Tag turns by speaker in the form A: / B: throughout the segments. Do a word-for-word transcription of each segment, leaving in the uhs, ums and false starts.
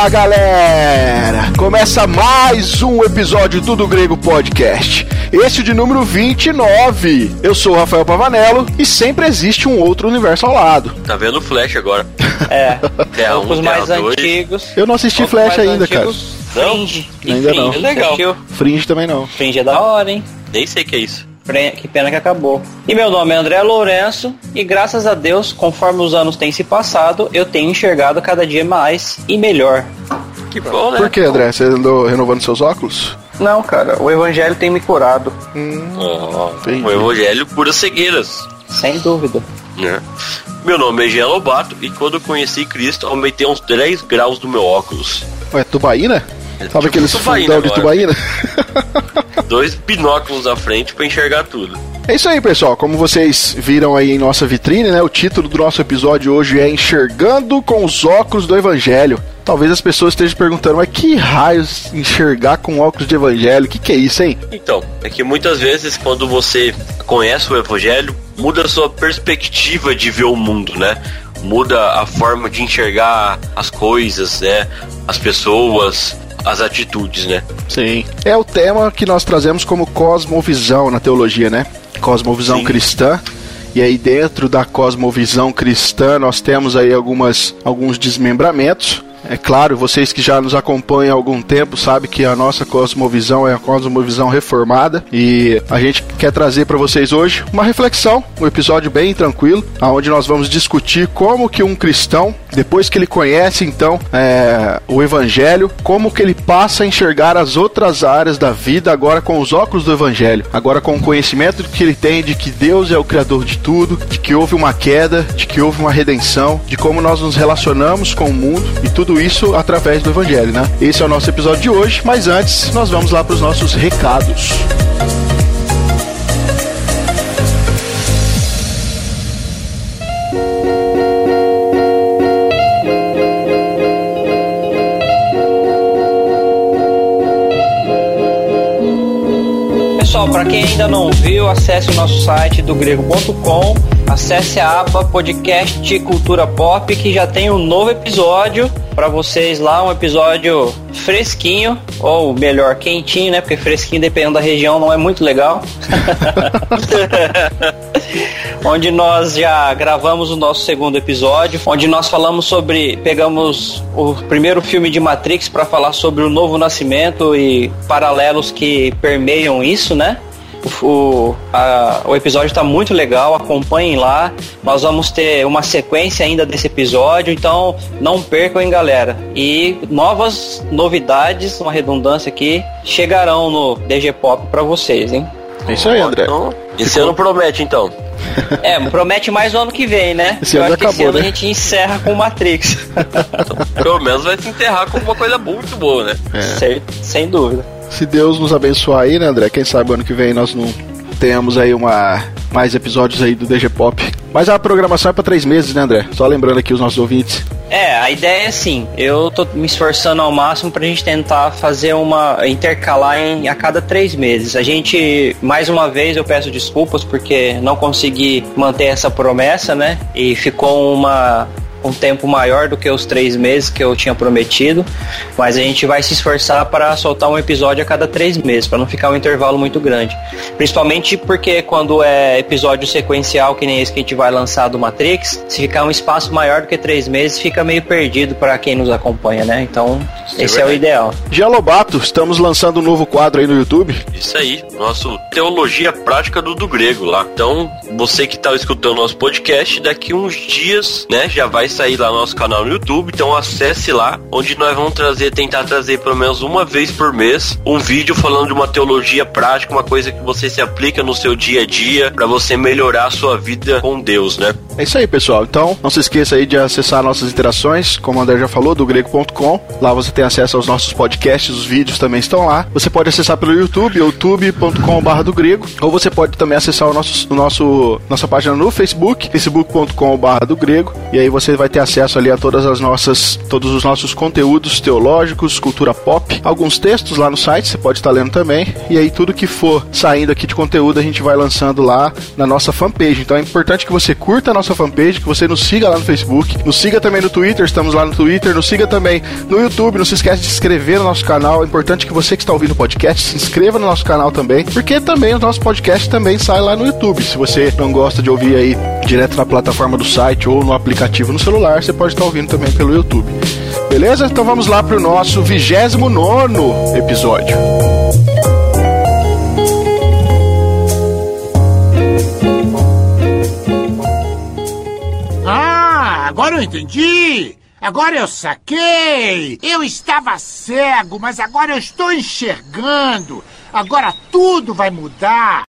A: Fala galera! Começa mais um episódio do Do Grego Podcast. Esse de número vinte e nove. Eu sou o Rafael Pavanello e sempre existe um outro universo ao lado.
B: Tá vendo o Flash agora?
C: É,
B: Terra
C: um, os mais dois. Antigos.
A: Eu não assisti Flash ainda, antigos,
C: cara. Fringe.
A: Não? Ainda
C: Fringe,
A: não.
C: é legal.
A: Fringe também não.
C: Fringe é da hora, hein?
B: Nem sei o que é isso.
C: Que pena que acabou. E meu nome é André Lourenço e graças a Deus, conforme os anos têm se passado, eu tenho enxergado cada dia mais e melhor.
B: Que bom, né?
A: Por que, André? Você andou renovando seus óculos?
C: Não, cara, o evangelho tem me curado.
B: Hum, oh, o evangelho cura cegueiras.
C: Sem dúvida.
B: É. Meu nome é Jean Lobato e quando eu conheci Cristo, aumentei uns três graus do meu óculos.
A: Ué, tubaína?
B: É,
A: Sabe
B: tipo
A: aqueles
B: tubaína
A: fundão de tubaína?
B: Dois binóculos à frente pra enxergar tudo.
A: É isso aí, pessoal. Como vocês viram aí em nossa vitrine, né? O título do nosso episódio hoje é Enxergando com os Óculos do Evangelho. Talvez as pessoas estejam perguntando, mas que raios enxergar com óculos de evangelho? O que, que é isso, hein?
B: Então, é que muitas vezes quando você conhece o evangelho, muda a sua perspectiva de ver o mundo, né? Muda a forma de enxergar as coisas, né? As pessoas, as atitudes, né?
A: Sim. É o tema que nós trazemos como cosmovisão na teologia, né? Cosmovisão Sim. cristã. E aí dentro da cosmovisão cristã nós temos aí algumas, alguns desmembramentos. É claro, vocês que já nos acompanham há algum tempo sabem que a nossa cosmovisão é a cosmovisão reformada e a gente quer trazer para vocês hoje uma reflexão, um episódio bem tranquilo, onde nós vamos discutir como que um cristão, depois que ele conhece então é, o evangelho, como que ele passa a enxergar as outras áreas da vida agora com os óculos do evangelho, agora com o conhecimento que ele tem de que Deus é o criador de tudo, de que houve uma queda, de que houve uma redenção, de como nós nos relacionamos com o mundo e tudo isso através do evangelho, né? Esse é o nosso episódio de hoje, mas antes nós vamos lá para os nossos recados.
C: Pessoal, para quem ainda não viu, acesse o nosso site do grego ponto com, acesse a aba Podcast Cultura Pop, que já tem um novo episódio para vocês lá, um episódio fresquinho, ou melhor, quentinho, né? Porque fresquinho, dependendo da região, não é muito legal. Onde nós já gravamos o nosso segundo episódio, onde nós falamos sobre, pegamos o primeiro filme de Matrix para falar sobre o novo nascimento e paralelos que permeiam isso, né? O, a, o episódio está muito legal, acompanhem lá. Nós vamos ter uma sequência ainda desse episódio, então não percam, hein, galera. E novas novidades, uma redundância aqui, chegarão no D G Pop para vocês, hein?
A: É isso aí, André.
B: Então, esse ano promete, então.
C: É, promete mais no ano que vem, né?
A: Esse ano
C: Eu acho
A: acabou,
C: que esse ano,
A: né?
C: a gente encerra com Matrix.
B: Então, pelo menos vai se enterrar com uma coisa muito boa, né?
A: É.
C: Certo, sem dúvida.
A: Se Deus nos abençoar aí, né, André? Quem sabe ano que vem nós não tenhamos aí uma, mais episódios aí do D G Pop. Mas a programação é para três meses, né, André? Só lembrando aqui os nossos ouvintes.
C: É, a ideia é assim, eu tô me esforçando ao máximo pra gente tentar fazer uma, intercalar em, a cada três meses. A gente, mais uma vez, eu peço desculpas porque não consegui manter essa promessa, né? E ficou uma... um tempo maior do que os três meses que eu tinha prometido, mas a gente vai se esforçar para soltar um episódio a cada três meses, para não ficar um intervalo muito grande. Principalmente porque quando é episódio sequencial, que nem esse que a gente vai lançar do Matrix, se ficar um espaço maior do que três meses, fica meio perdido para quem nos acompanha, né? Então, Isso esse é, é o ideal.
A: Gia Lobato, estamos lançando um novo quadro aí no YouTube.
B: Isso aí, nosso Teologia Prática do, do Grego lá. Então, você que está escutando nosso podcast, daqui uns dias, né, já vai sair lá no nosso canal no YouTube, então acesse lá, onde nós vamos trazer, tentar trazer pelo menos uma vez por mês, um vídeo falando de uma teologia prática, uma coisa que você se aplica no seu dia a dia, para você melhorar a sua vida com Deus, né?
A: É isso aí, pessoal. Então, não se esqueça aí de acessar nossas interações, como o André já falou, do grego ponto com. Lá você tem acesso aos nossos podcasts, os vídeos também estão lá. Você pode acessar pelo YouTube, youtube ponto com barra do grego, ou você pode também acessar o nosso, o nosso, nossa página no Facebook, facebook ponto com barra do grego, e aí você vai vai ter acesso ali a todas as nossas, todos os nossos conteúdos teológicos, cultura pop, alguns textos lá no site, você pode estar lendo também, e aí tudo que for saindo aqui de conteúdo a gente vai lançando lá na nossa fanpage. Então é importante que você curta a nossa fanpage, que você nos siga lá no Facebook, nos siga também no Twitter, estamos lá no Twitter, nos siga também no YouTube, não se esquece de se inscrever no nosso canal. É importante que você que está ouvindo o podcast se inscreva no nosso canal também, porque também o nosso podcast também sai lá no YouTube. Se você não gosta de ouvir aí direto na plataforma do site ou no aplicativo no celular, você pode estar ouvindo também pelo YouTube. Beleza? Então vamos lá para o nosso vigésimo nono episódio.
D: Ah, agora eu entendi! Agora eu saquei! Eu estava cego, mas agora eu estou enxergando! Agora tudo vai mudar!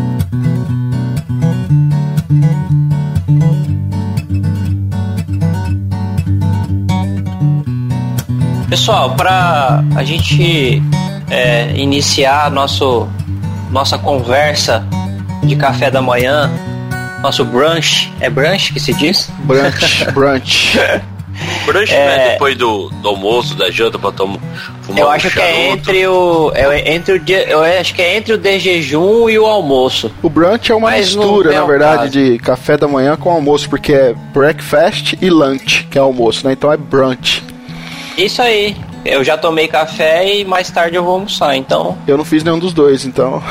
C: Pessoal, para a gente é, iniciar nosso, nossa conversa de café da manhã, nosso brunch, é brunch que se diz?
A: Brunch, brunch.
B: Brunch é... não é depois do, do almoço, da janta, pra tomar, fumar
C: eu
B: um
C: acho
B: charuto.
C: que é entre o é entre o eu acho que é entre o de jejum e o almoço.
A: O brunch é uma Mas mistura, na verdade, caso. de café da manhã com almoço, porque é breakfast e lunch, que é almoço, né? Então é brunch.
C: Isso aí. Eu já tomei café e mais tarde eu vou almoçar, então...
A: Eu não fiz nenhum dos dois, então...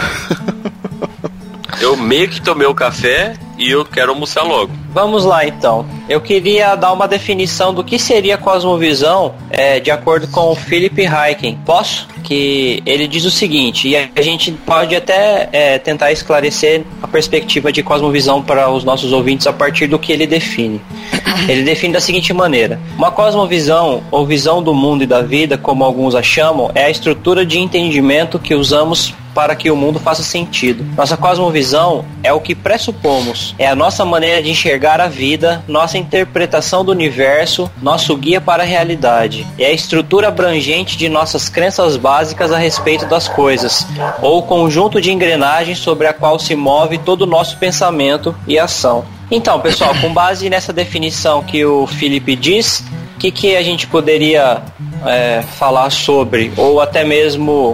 B: Eu meio que tomei o café e eu quero almoçar logo.
C: Vamos lá, então. Eu queria dar uma definição do que seria cosmovisão é, de acordo com o Philip Ryken. Posso? Que ele diz o seguinte, e a gente pode até é, tentar esclarecer a perspectiva de cosmovisão para os nossos ouvintes a partir do que ele define. Ele define da seguinte maneira: uma cosmovisão, ou visão do mundo e da vida, como alguns a chamam, é a estrutura de entendimento que usamos para que o mundo faça sentido. Nossa cosmovisão é o que pressupomos, é a nossa maneira de enxergar a vida, nossa interpretação do universo, nosso guia para a realidade. É a estrutura abrangente de nossas crenças básicas a respeito das coisas, ou o conjunto de engrenagens sobre a qual se move todo o nosso pensamento e ação. Então, pessoal, com base nessa definição que o Felipe diz, o que, que a gente poderia é, falar sobre, ou até mesmo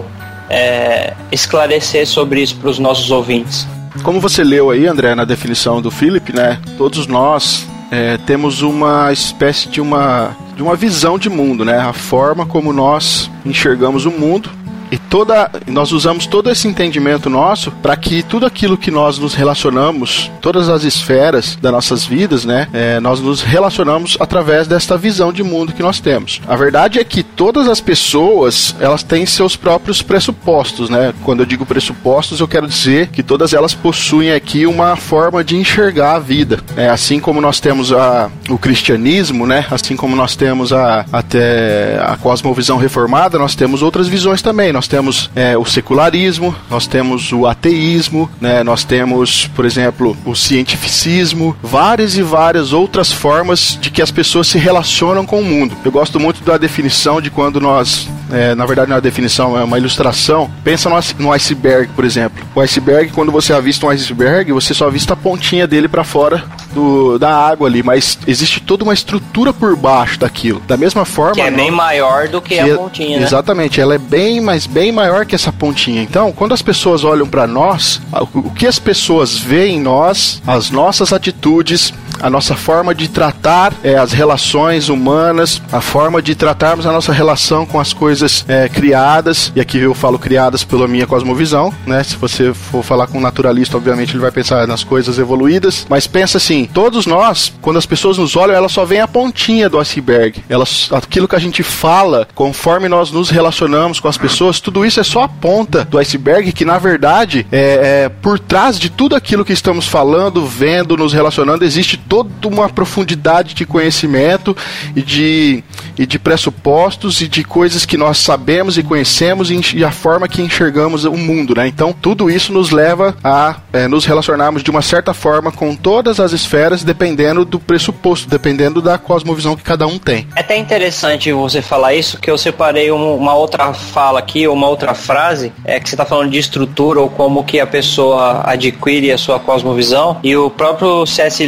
C: é, esclarecer sobre isso para os nossos ouvintes?
A: Como você leu aí, André, na definição do Felipe, né? Todos nós é, temos uma espécie de uma, de uma visão de mundo, né? A forma como nós enxergamos o mundo. E toda, nós usamos todo esse entendimento nosso para que tudo aquilo que nós nos relacionamos, todas as esferas das nossas vidas, né, é, nós nos relacionamos através desta visão de mundo que nós temos. A verdade é que todas as pessoas, elas têm seus próprios pressupostos, né? Quando eu digo pressupostos, eu quero dizer que todas elas possuem aqui uma forma de enxergar a vida. É, assim como nós temos a, o cristianismo, né? Assim como nós temos a, até a cosmovisão reformada, nós temos outras visões também. Nós temos é, o secularismo, nós temos o ateísmo, né? Nós temos, por exemplo, o cientificismo, várias e várias outras formas de que as pessoas se relacionam com o mundo. Eu gosto muito da definição de quando nós, é, na verdade não é uma definição, é uma ilustração. Pensa no, no iceberg, por exemplo. O iceberg, quando você avista um iceberg, você só avista a pontinha dele para fora do, da água ali, mas existe toda uma estrutura por baixo daquilo. Da mesma forma...
C: Que é bem não, maior do que, que a pontinha,
A: é,
C: né?
A: Exatamente, ela é bem mais bem maior que essa pontinha. Então, quando as pessoas olham para nós, o que as pessoas veem em nós, as nossas atitudes, a nossa forma de tratar é, as relações humanas, a forma de tratarmos a nossa relação com as coisas é, criadas, e aqui eu falo criadas pela minha cosmovisão, né? Se você for falar com um naturalista, obviamente ele vai pensar nas coisas evoluídas, mas pensa assim, todos nós, quando as pessoas nos olham, elas só veem a pontinha do iceberg. Elas, aquilo que a gente fala, conforme nós nos relacionamos com as pessoas, tudo isso é só a ponta do iceberg, que na verdade é, é por trás de tudo aquilo que estamos falando, vendo, nos relacionando, existe toda uma profundidade de conhecimento e de, e de pressupostos e de coisas que nós sabemos e conhecemos e, e a forma que enxergamos o mundo, né? Então tudo isso nos leva a é, nos relacionarmos de uma certa forma com todas as esferas, dependendo do pressuposto, dependendo da cosmovisão que cada um tem.
C: É até interessante você falar isso, que eu separei um, uma outra fala aqui, uma outra frase, é que você está falando de estrutura ou como que a pessoa adquire a sua cosmovisão, e o próprio C S Lewis diz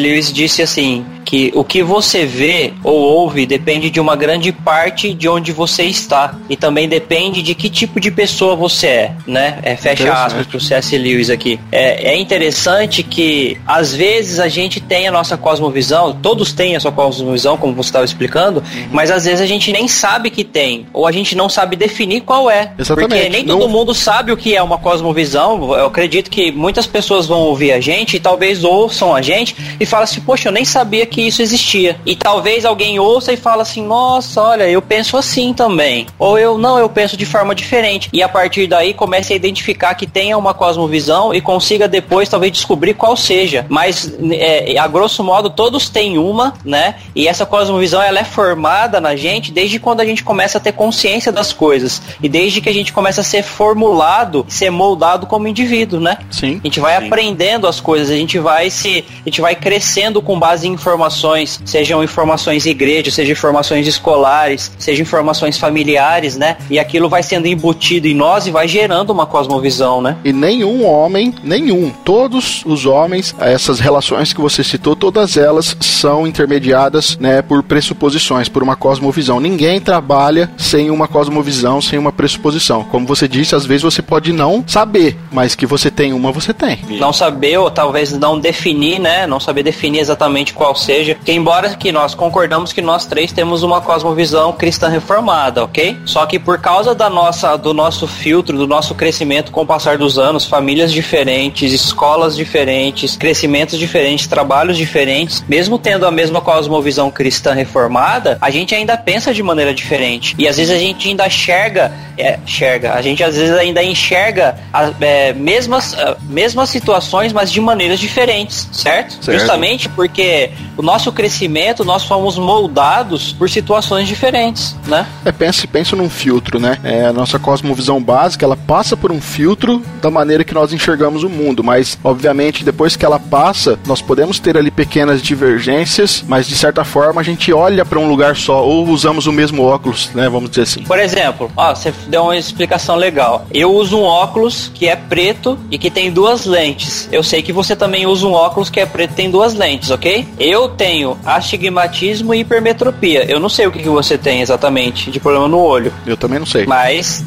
C: disse assim, que o que você vê ou ouve depende de uma grande parte de onde você está. E também depende de que tipo de pessoa você é, né? É, fecha aspas pro C S. Lewis aqui. É, é interessante que, às vezes, a gente tem a nossa cosmovisão, todos têm a sua cosmovisão, como você estava explicando, uhum. mas às vezes a gente nem sabe que tem, ou a gente não sabe definir qual é.
A: Exatamente.
C: Porque nem
A: não...
C: todo mundo sabe o que é uma cosmovisão. Eu acredito que muitas pessoas vão ouvir a gente e talvez ouçam a gente e falam assim, poxa, eu nem sabia que isso existia. E talvez alguém ouça e fala assim, nossa, olha, eu penso assim também. Ou eu, não, eu penso de forma diferente. E a partir daí comece a identificar que tenha uma cosmovisão e consiga depois talvez descobrir qual seja. Mas, é, a grosso modo, todos têm uma, né? E essa cosmovisão, ela é formada na gente desde quando a gente começa a ter consciência das coisas. E desde que a gente começa a ser formulado, ser moldado como indivíduo, né?
A: Sim.
C: A gente vai
B: Sim.
C: aprendendo as coisas, a gente vai se, a gente vai crescendo com base em informações, sejam informações igrejas, sejam informações escolares, sejam informações familiares, né? E aquilo vai sendo embutido em nós e vai gerando uma cosmovisão, né?
A: E nenhum homem, nenhum, todos os homens, essas relações que você citou, todas elas são intermediadas, né, por pressuposições, por uma cosmovisão. Ninguém trabalha sem uma cosmovisão, sem uma pressuposição. Como você disse, às vezes você pode não saber, mas que você tem uma, você tem.
C: Não saber, ou talvez não definir, né? Não saber definir exatamente qual seja. Que embora que nós concordamos que nós três temos uma cosmovisão cristã reformada, ok? Só que por causa da nossa, do nosso filtro, do nosso crescimento com o passar dos anos, famílias diferentes, escolas diferentes, crescimentos diferentes, trabalhos diferentes, mesmo tendo a mesma cosmovisão cristã reformada, a gente ainda pensa de maneira diferente. E às vezes a gente ainda enxerga, é, enxerga, a gente às vezes ainda enxerga a, é, mesmas, a, mesmas situações, mas de maneiras diferentes, certo?
A: Certo.
C: Justamente porque o nosso crescimento, nós fomos moldados por situações diferentes, né?
A: É, pense, pense num filtro, né? É, a nossa cosmovisão básica, ela passa por um filtro da maneira que nós enxergamos o mundo, mas, obviamente, depois que ela passa, nós podemos ter ali pequenas divergências, mas, de certa forma, a gente olha para um lugar só, ou usamos o mesmo óculos, né? Vamos dizer assim.
C: Por exemplo, ó, você deu uma explicação legal. Eu uso um óculos que é preto e que tem duas lentes. Eu sei que você também usa um óculos que é preto e tem duas lentes, ok? Eu tenho astigmatismo e hipermetropia. Eu não sei o que, que você tem exatamente de problema no olho.
A: Eu também não sei.
C: Mas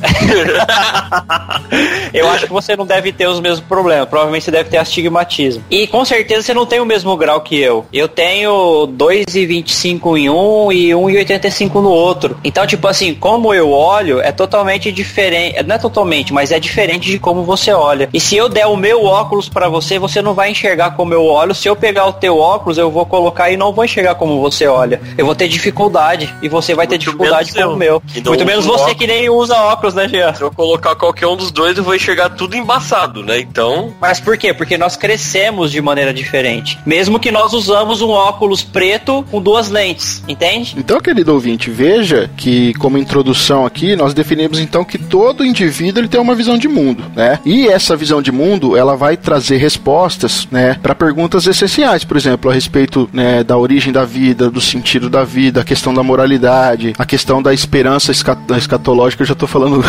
C: eu acho que você não deve ter os mesmos problemas. Provavelmente você deve ter astigmatismo. E com certeza você não tem o mesmo grau que eu. Eu tenho dois vírgula vinte e cinco em um e um vírgula oitenta e cinco no outro. Então, tipo assim, como eu olho, é totalmente diferente. Não é totalmente, mas é diferente de como você olha. E se eu der o meu óculos pra você, você não vai enxergar como eu olho. Se eu pegar o teu óculos, eu vou colocar e não vou enxergar como você olha. Eu vou ter dificuldade. E você vai ter
B: Muito
C: dificuldade com
B: eu,
C: o meu. Muito menos você
B: óculos.
C: Que nem usa óculos, né, Jean?
B: Se eu colocar qualquer um dos dois, eu vou enxergar tudo embaçado, né? Então...
C: Mas por quê? Porque nós crescemos de maneira diferente. Mesmo que nós usamos um óculos preto com duas lentes, entende?
A: Então, querido ouvinte, veja que, como introdução aqui, nós definimos então que todo indivíduo ele tem uma visão de mundo, né? E essa visão de mundo, ela vai trazer respostas, né, para perguntas essenciais, por exemplo, a respeito, né, da origem da vida, do sentido da vida, a questão da moralidade, a questão da esperança escat- escatológica, eu já tô falando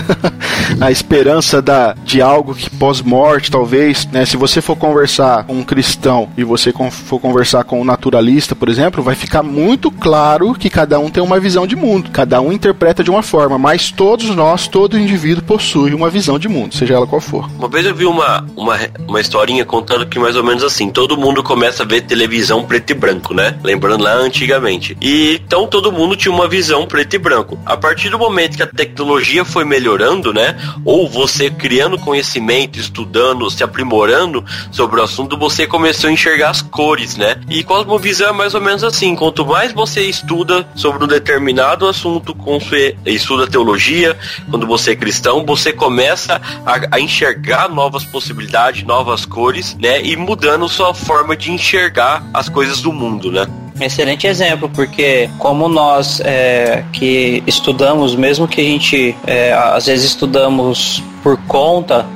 A: a esperança da, de algo que pós-morte, talvez, né? Se você for conversar com um cristão e você com, for conversar com um naturalista, por exemplo, vai ficar muito claro que cada um tem uma visão de mundo, cada um interpreta de uma forma, mas todos nós, todo indivíduo possui uma visão de mundo, seja ela qual for.
B: Uma vez eu vi uma, uma, uma historinha contando que mais ou menos assim, todo mundo começa a ver televisão preto e branco, né? Lembrando lá antigamente. E então todo mundo tinha uma visão preto e branco. A partir do momento que a tecnologia foi melhorando, né? Ou você criando conhecimento, estudando, se aprimorando sobre o assunto, você começou a enxergar as cores, né? E cosmovisão é mais ou menos assim, quanto mais você estuda sobre um determinado assunto, quando você estuda teologia, quando você é cristão, você começa a, a enxergar novas possibilidades, novas cores, né? E mudando sua forma de enxergar as coisas do mundo, né?
C: Excelente exemplo, porque como nós é, que estudamos, mesmo que a gente é, às vezes estudamos por conta,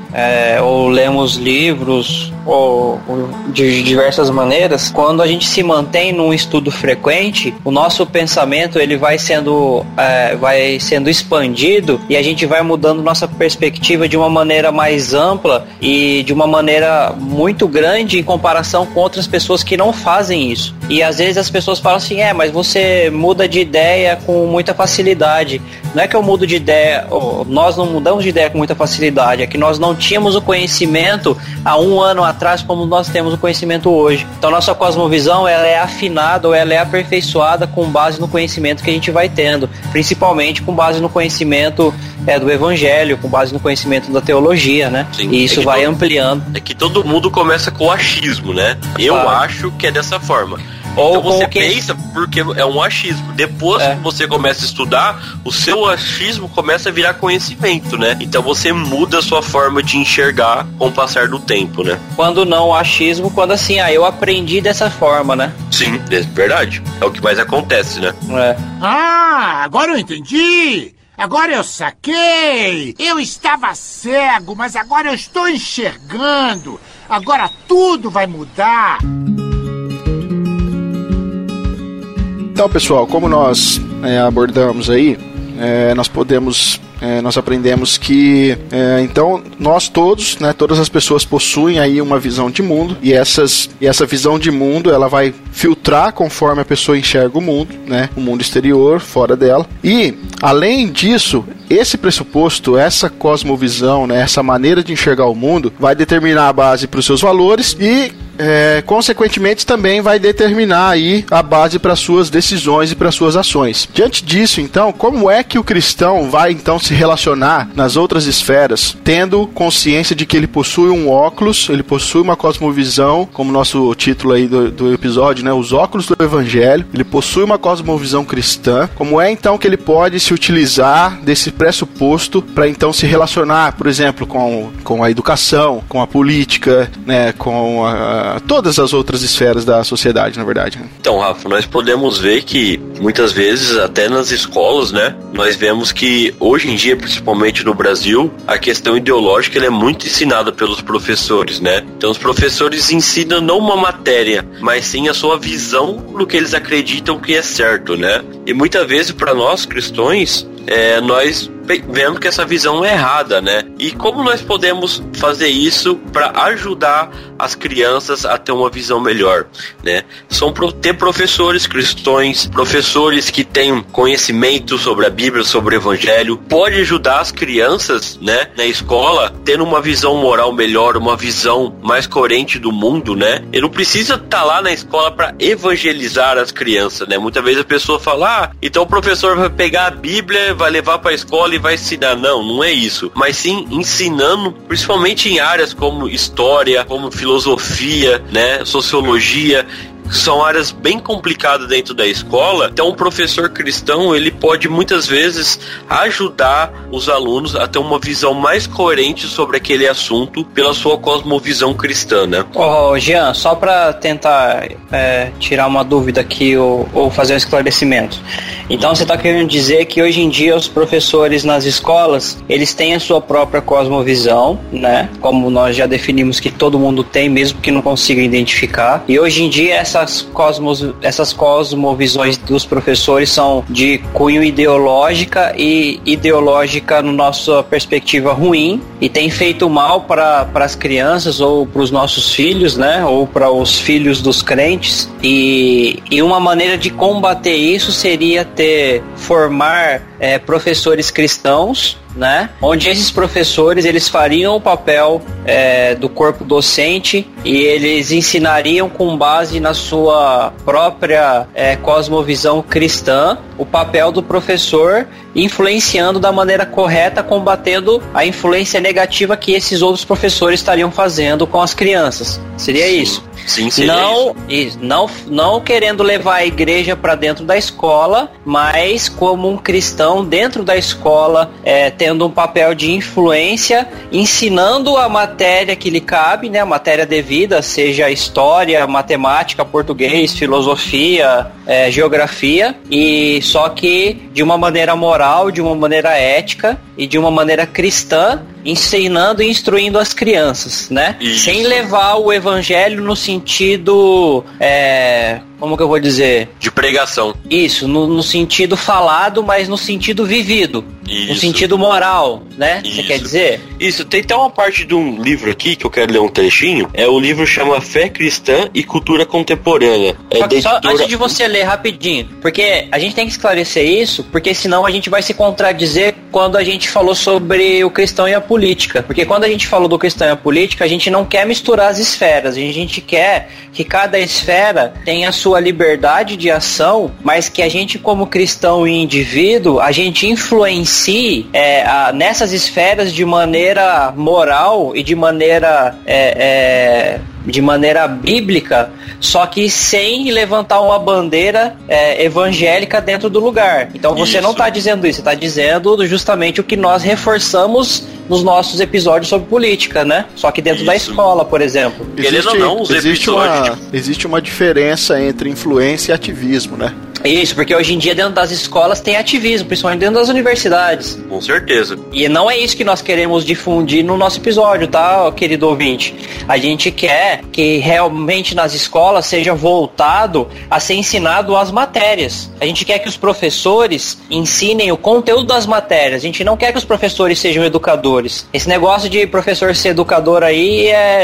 C: é, ou lemos livros, ou, ou de diversas maneiras, quando a gente se mantém num estudo frequente, o nosso pensamento ele vai sendo, é, vai sendo expandido e a gente vai mudando nossa perspectiva de uma maneira mais ampla e de uma maneira muito grande em comparação com outras pessoas que não fazem isso. E às vezes as pessoas falam assim, é, mas você muda de ideia com muita facilidade. Não é que eu mudo de ideia, nós não mudamos de ideia com muita facilidade, é que nós não tínhamos o conhecimento há um ano atrás como nós temos o conhecimento hoje. Então nossa cosmovisão ela é afinada ou ela é aperfeiçoada com base no conhecimento que a gente vai tendo, principalmente com base no conhecimento é, do evangelho, com base no conhecimento da teologia, né?
B: Sim,
C: e isso
B: é
C: vai
B: todo,
C: ampliando.
B: É que todo mundo começa com o achismo, né? Eu
C: claro.
B: acho que é dessa forma.
C: Ou
B: então você
C: que...
B: pensa porque é um achismo. Depois é. que você começa a estudar, o seu achismo começa a virar conhecimento, né? Então você muda a sua forma de enxergar com o passar do tempo, né?
C: Quando não o achismo, quando assim, ah, eu aprendi dessa forma, né?
B: Sim, é verdade. É o que mais acontece, né?
C: É.
D: Ah, agora eu entendi! Agora eu saquei! Eu estava cego, mas agora eu estou enxergando! Agora tudo vai mudar!
A: Então, pessoal, como nós é, abordamos aí, é, nós podemos, é, nós aprendemos que, é, então, nós todos, né, todas as pessoas possuem aí uma visão de mundo e, essas, e essa visão de mundo, ela vai filtrar conforme a pessoa enxerga o mundo, né, o mundo exterior, fora dela. E, além disso, esse pressuposto, essa cosmovisão, né, essa maneira de enxergar o mundo, vai determinar a base para os seus valores e É, consequentemente também vai determinar aí a base para suas decisões e para suas ações. Diante disso, então, como é que o cristão vai então se relacionar nas outras esferas, tendo consciência de que ele possui um óculos, ele possui uma cosmovisão, como nosso título aí do, do episódio, né, os óculos do evangelho, ele possui uma cosmovisão cristã. Como é então que ele pode se utilizar desse pressuposto para então se relacionar, por exemplo, com, com a educação, com a política, né, com a todas as outras esferas da sociedade, na verdade.
B: Então, Rafa, nós podemos ver que muitas vezes, até nas escolas, né, nós vemos que hoje em dia, principalmente no Brasil, a questão ideológica ela é muito ensinada pelos professores, né? Então, os professores ensinam não uma matéria, mas sim a sua visão do que eles acreditam que é certo, né? E muitas vezes, para nós cristãos, é, nós vemos que essa visão é errada, né? E como nós podemos fazer isso para ajudar as crianças a ter uma visão melhor, né? São pro, ter professores cristãos, professores que têm conhecimento sobre a Bíblia, sobre o Evangelho, pode ajudar as crianças, né, na escola, tendo uma visão moral melhor, uma visão mais coerente do mundo, né? Ele não precisa estar lá na escola para evangelizar as crianças, né? Muitas vezes a pessoa fala, ah, então o professor vai pegar a Bíblia, vai levar para a escola e vai ensinar. Não, não é isso. Mas sim ensinando, principalmente em áreas como história, como filosofia, né, sociologia. São áreas bem complicadas dentro da escola. Então, o professor cristão, ele pode muitas vezes ajudar os alunos a ter uma visão mais coerente sobre aquele assunto pela sua cosmovisão cristã, né?
C: Ô, oh, Jean, só para tentar é, tirar uma dúvida aqui ou, ou fazer um esclarecimento. Então, você está querendo dizer que hoje em dia os professores nas escolas, eles têm a sua própria cosmovisão, né? Como nós já definimos que todo mundo tem, mesmo que não consiga identificar. E hoje em dia essa Essas, cosmos, essas cosmovisões dos professores são de cunho ideológica e ideológica na nossa perspectiva ruim e tem feito mal para as crianças ou para os nossos filhos, né? Ou para os filhos dos crentes. E, e uma maneira de combater isso seria ter, formar é, professores cristãos, né? Onde esses professores eles fariam o papel é, do corpo docente e eles ensinariam com base na sua própria é, cosmovisão cristã o papel do professor, influenciando da maneira correta, combatendo a influência negativa que esses outros professores estariam fazendo com as crianças. Seria
B: Sim.
C: isso?
B: Sim, seria
C: não,
B: isso.
C: Não, não querendo levar a igreja para dentro da escola, mas como um cristão dentro da escola, é, tentando tendo um papel de influência, ensinando a matéria que lhe cabe, né, a matéria devida, seja história, matemática, português, filosofia, é, geografia, e só que de uma maneira moral, de uma maneira ética e de uma maneira cristã, ensinando e instruindo as crianças, né? Isso. Sem levar o evangelho no sentido, é, como que eu vou dizer?
B: De pregação.
C: Isso, no, no sentido falado, mas no sentido vivido.
B: Isso.
C: No sentido moral, né? Você quer dizer?
B: Isso, tem até uma parte de um livro aqui que eu quero ler um trechinho. É, o livro chama Fé Cristã e Cultura Contemporânea. É
C: só, só
B: editora...
C: antes de você ler rapidinho, porque a gente tem que esclarecer isso, porque senão a gente vai se contradizer quando a gente falou sobre o cristão e a política. Porque quando a gente falou do cristão e a política, a gente não quer misturar as esferas. A gente quer que cada esfera tenha a sua liberdade de ação, mas que a gente, como cristão e indivíduo, a gente influencie é, a, nessas esferas de maneira moral e de maneira é, é, de maneira bíblica, só que sem levantar uma bandeira é, evangélica dentro do lugar. Então você isso. não está dizendo isso, você está dizendo justamente o que nós reforçamos nos nossos episódios sobre política, né? Só que dentro isso. da escola, por exemplo.
A: Existe, ou não, os existe, uma, existe uma diferença entre influência e ativismo, né?
C: Isso, porque hoje em dia dentro das escolas tem ativismo, principalmente dentro das universidades.
B: Com certeza.
C: E não é isso que nós queremos difundir no nosso episódio, tá, querido ouvinte? A gente quer que realmente nas escolas seja voltado a ser ensinado as matérias. A gente quer que os professores ensinem o conteúdo das matérias. A gente não quer que os professores sejam educadores. Esse negócio de professor ser educador aí,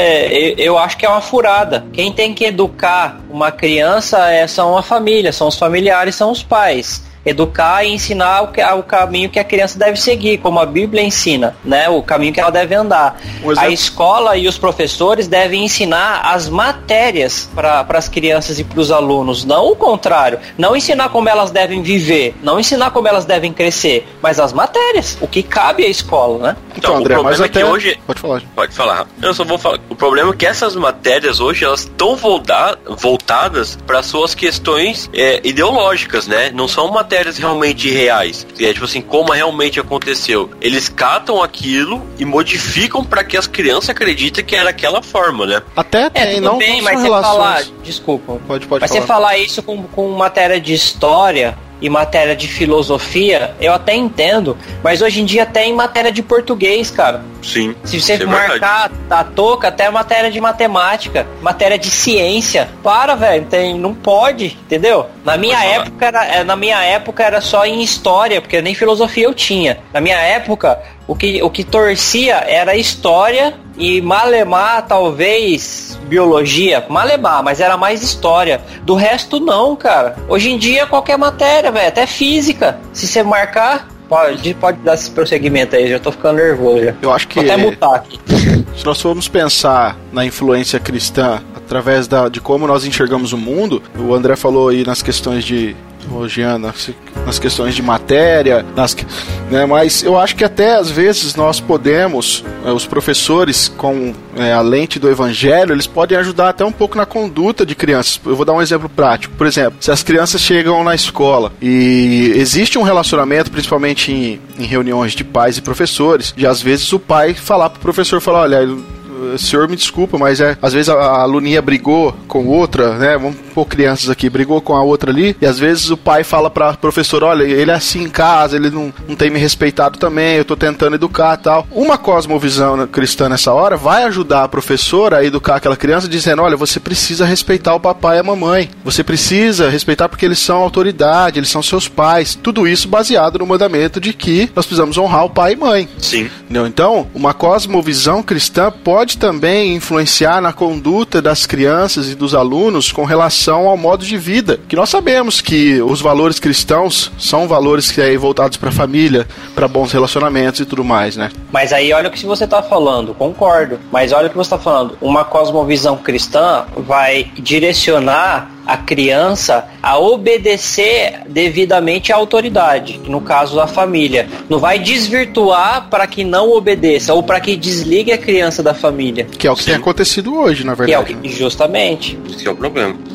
C: é, eu acho que é uma furada. Quem tem que educar uma criança é, são a família, são os familiares. São os pais. Educar e ensinar o, que, o caminho que a criança deve seguir, como a Bíblia ensina, né? O caminho que ela deve andar. A escola e os professores devem ensinar as matérias para as crianças e para os alunos, não o contrário. Não ensinar como elas devem viver, não ensinar como elas devem crescer, mas as matérias, o que cabe à escola, né?
B: Então, então André, o problema mas até... é que hoje...
A: Pode falar.
B: Pode falar. Eu só vou falar. O problema é que essas matérias hoje, elas estão volta... voltadas para suas questões é, ideológicas, né? Não são matérias realmente reais, é tipo assim, como realmente aconteceu. Eles catam aquilo e modificam para que as crianças acreditem que era aquela forma, né?
A: Até tem,
C: é, tudo
A: não
C: bem, mas você falar, desculpa,
A: pode, pode
C: mas
A: falar.
C: Você falar isso com, com matéria de história e matéria de filosofia, eu até entendo, mas hoje em dia tem matéria de português, cara.
B: Sim.
C: Se você marcar a touca, até matéria de matemática, matéria de ciência. Para, velho, tem, não pode, entendeu? Na minha época era, na minha época era só em história, porque nem filosofia eu tinha. Na minha época, o que, o que torcia era história e malemar, talvez, biologia. Malemar, mas era mais história. Do resto, não, cara. Hoje em dia, qualquer matéria, velho, até física. Se você marcar, pode, pode dar esse prosseguimento aí, já tô ficando nervoso. Já.
A: Eu acho que...
C: Vou até mutar aqui.
A: Se nós formos pensar na influência cristã através da, de como nós enxergamos o mundo, o André falou aí nas questões de... Jean, nas questões de matéria, nas, né, mas eu acho que até às vezes nós podemos, os professores com é, a lente do evangelho, eles podem ajudar até um pouco na conduta de crianças. Eu vou dar um exemplo prático. Por exemplo, se as crianças chegam na escola e existe um relacionamento, principalmente em, em reuniões de pais e professores, de às vezes o pai falar pro professor, falar, olha, senhor, me desculpa, mas é, às vezes a, a aluninha brigou com outra, né? Vamos pôr crianças aqui, brigou com a outra ali, e às vezes o pai fala pra professora, olha, ele é assim em casa, ele não, não tem me respeitado também, eu tô tentando educar e tal. Uma cosmovisão cristã nessa hora vai ajudar a professora a educar aquela criança dizendo, olha, você precisa respeitar o papai e a mamãe, você precisa respeitar porque eles são autoridade, eles são seus pais, tudo isso baseado no mandamento de que nós precisamos honrar o pai e mãe.
B: Sim.
A: Entendeu? Então, uma cosmovisão cristã pode também influenciar na conduta das crianças e dos alunos com relação ao modo de vida, que nós sabemos que os valores cristãos são valores que é voltados para a família, para bons relacionamentos e tudo mais, né?
C: Mas aí olha o que você está falando, concordo, mas olha o que você está falando, uma cosmovisão cristã vai direcionar a criança a obedecer devidamente à autoridade, no caso a família. Não vai desvirtuar para que não obedeça ou para que desligue a criança da família.
A: Que é o que Sim. tem acontecido hoje, na verdade.
C: Que é o que, justamente.
B: Esse é o problema.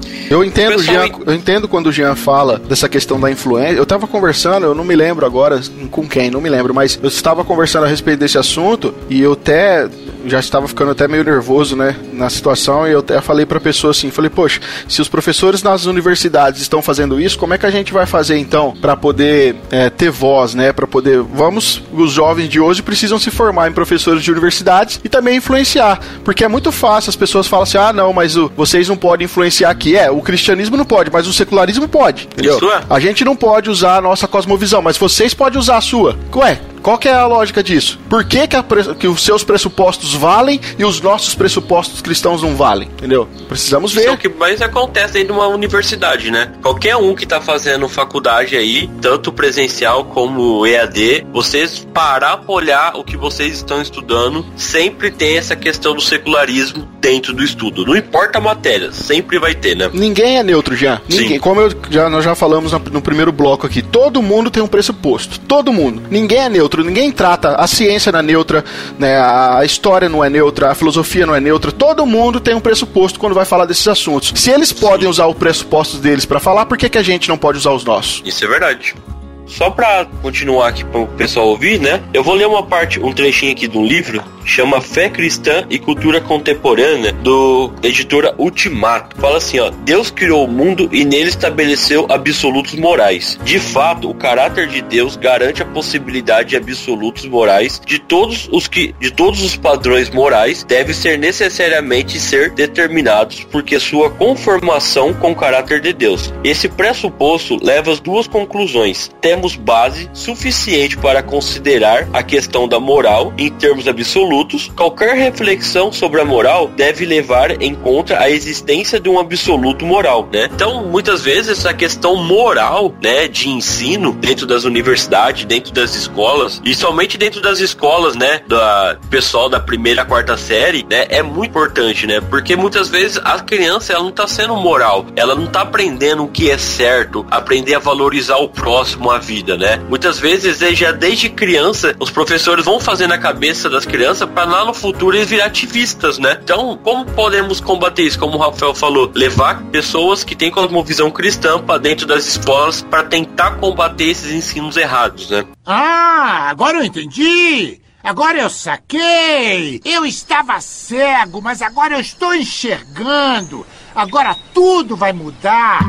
A: Eu entendo, Jean, eu entendo quando o Jean fala dessa questão da influência. Eu tava conversando, eu não me lembro agora com quem, não me lembro, mas eu estava conversando a respeito desse assunto e eu até já estava ficando até meio nervoso, né, na situação, e eu até falei pra pessoa assim, falei, poxa, se os professores nas universidades estão fazendo isso, como é que a gente vai fazer então pra poder é, ter voz, né, pra poder, vamos, os jovens de hoje precisam se formar em professores de universidades e também influenciar, porque é muito fácil, as pessoas falam assim, ah não, mas o, vocês não podem influenciar aqui, é, o cristianismo não pode, mas o secularismo pode, entendeu? Isso é. A gente não pode usar a nossa cosmovisão, mas vocês podem usar a sua. Ué, qual que é a lógica disso? Por que que, a, que os seus pressupostos valem e os nossos pressupostos cristãos não valem? Entendeu? Precisamos ver.
B: Isso é o que mais acontece dentro de uma universidade, né? Qualquer um que tá fazendo faculdade aí, tanto presencial como E A D, vocês parar pra olhar o que vocês estão estudando, sempre tem essa questão do secularismo dentro do estudo. Não importa a matéria, sempre vai ter, né?
A: Ninguém é neutro, Jean. Ninguém. Sim. Como eu, já, nós já falamos no, no primeiro bloco aqui, todo mundo tem um pressuposto. Todo mundo. Ninguém é neutro. Ninguém trata, a ciência não é neutra, né, a história não é neutra, a filosofia não é neutra, todo mundo tem um pressuposto quando vai falar desses assuntos. Se eles podem Sim. usar os pressupostos deles pra falar, por que que a gente não pode usar os nossos?
B: Isso é verdade. Só pra continuar aqui pro pessoal ouvir, né? Eu vou ler uma parte, um trechinho aqui de um livro, chama Fé Cristã e Cultura Contemporânea, do editora Ultimato. Fala assim, ó, Deus criou o mundo e nele estabeleceu absolutos morais. De fato, o caráter de Deus garante a possibilidade de absolutos morais de todos os que, de todos os padrões morais devem ser necessariamente ser determinados porque sua conformação com o caráter de Deus. Esse pressuposto leva às duas conclusões. Temos base suficiente para considerar a questão da moral em termos absolutos. Qualquer reflexão sobre a moral deve levar em conta a existência de um absoluto moral, né? Então, muitas vezes essa questão moral, né, de ensino dentro das universidades, dentro das escolas, e somente dentro das escolas, né, do pessoal da primeira a quarta série, né, é muito importante, né? Porque muitas vezes a criança, ela não tá sendo moral, ela não tá aprendendo o que é certo, aprender a valorizar o próximo, a vida, né? Muitas vezes, já desde criança, os professores vão fazer na cabeça das crianças para lá no futuro eles virarem ativistas, né? Então, como podemos combater isso? Como o Rafael falou, levar pessoas que têm cosmovisão cristã para dentro das escolas para tentar combater esses ensinos errados, né?
D: Ah, agora eu entendi! Agora eu saquei! Eu estava cego, mas agora eu estou enxergando! Agora tudo vai mudar!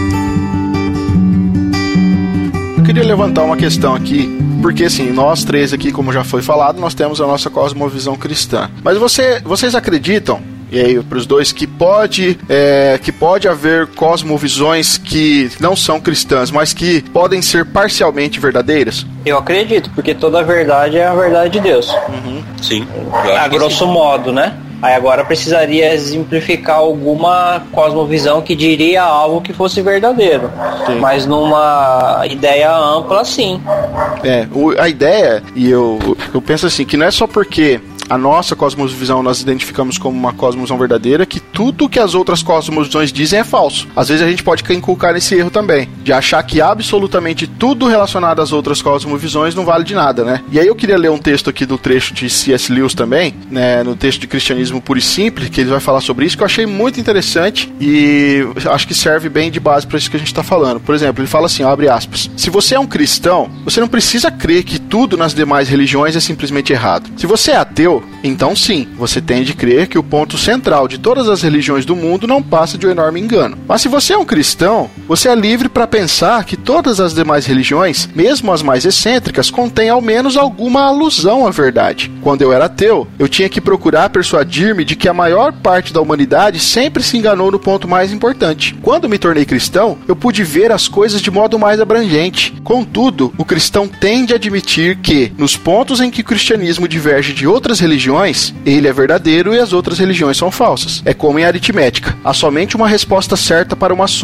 A: Eu queria levantar uma questão aqui, porque assim, nós três aqui, como já foi falado, nós temos a nossa cosmovisão cristã. Mas você, vocês acreditam, e aí para os dois, que pode, é, que pode haver cosmovisões que não são cristãs, mas que podem ser parcialmente verdadeiras?
C: Eu acredito, porque toda a verdade é a verdade de Deus.
B: Uhum. Sim.
C: A grosso sim. modo, né? Aí agora precisaria exemplificar alguma cosmovisão que diria algo que fosse verdadeiro. Sim. Mas numa ideia ampla, sim.
A: É, o, a ideia, e eu, eu penso assim, que não é só porque a nossa cosmovisão nós identificamos como uma cosmovisão verdadeira, que tudo que as outras cosmovisões dizem é falso. Às vezes a gente pode inculcar nesse erro também, de achar que absolutamente tudo relacionado às outras cosmovisões não vale de nada, né? E aí eu queria ler um texto aqui do trecho de C S Lewis também, né, no texto de Cristianismo Puro e Simples, que ele vai falar sobre isso, que eu achei muito interessante e acho que serve bem de base para isso que a gente está falando. Por exemplo, ele fala assim, ó, abre aspas, se você é um cristão, você não precisa crer que tudo nas demais religiões é simplesmente errado. Se você é ateu, então sim, você tem de crer que o ponto central de todas as religiões do mundo não passa de um enorme engano. Mas se você é um cristão, você é livre para pensar que todas as demais religiões, mesmo as mais excêntricas, contêm ao menos alguma alusão à verdade. Quando eu era ateu, eu tinha que procurar persuadir-me de que a maior parte da humanidade sempre se enganou no ponto mais importante. Quando me tornei cristão, eu pude ver as coisas de modo mais abrangente. Contudo, o cristão tende a admitir que, nos pontos em que o cristianismo diverge de outras religiões, ele é verdadeiro e as outras religiões são falsas. É como em aritmética. Há somente uma resposta certa para uma soma.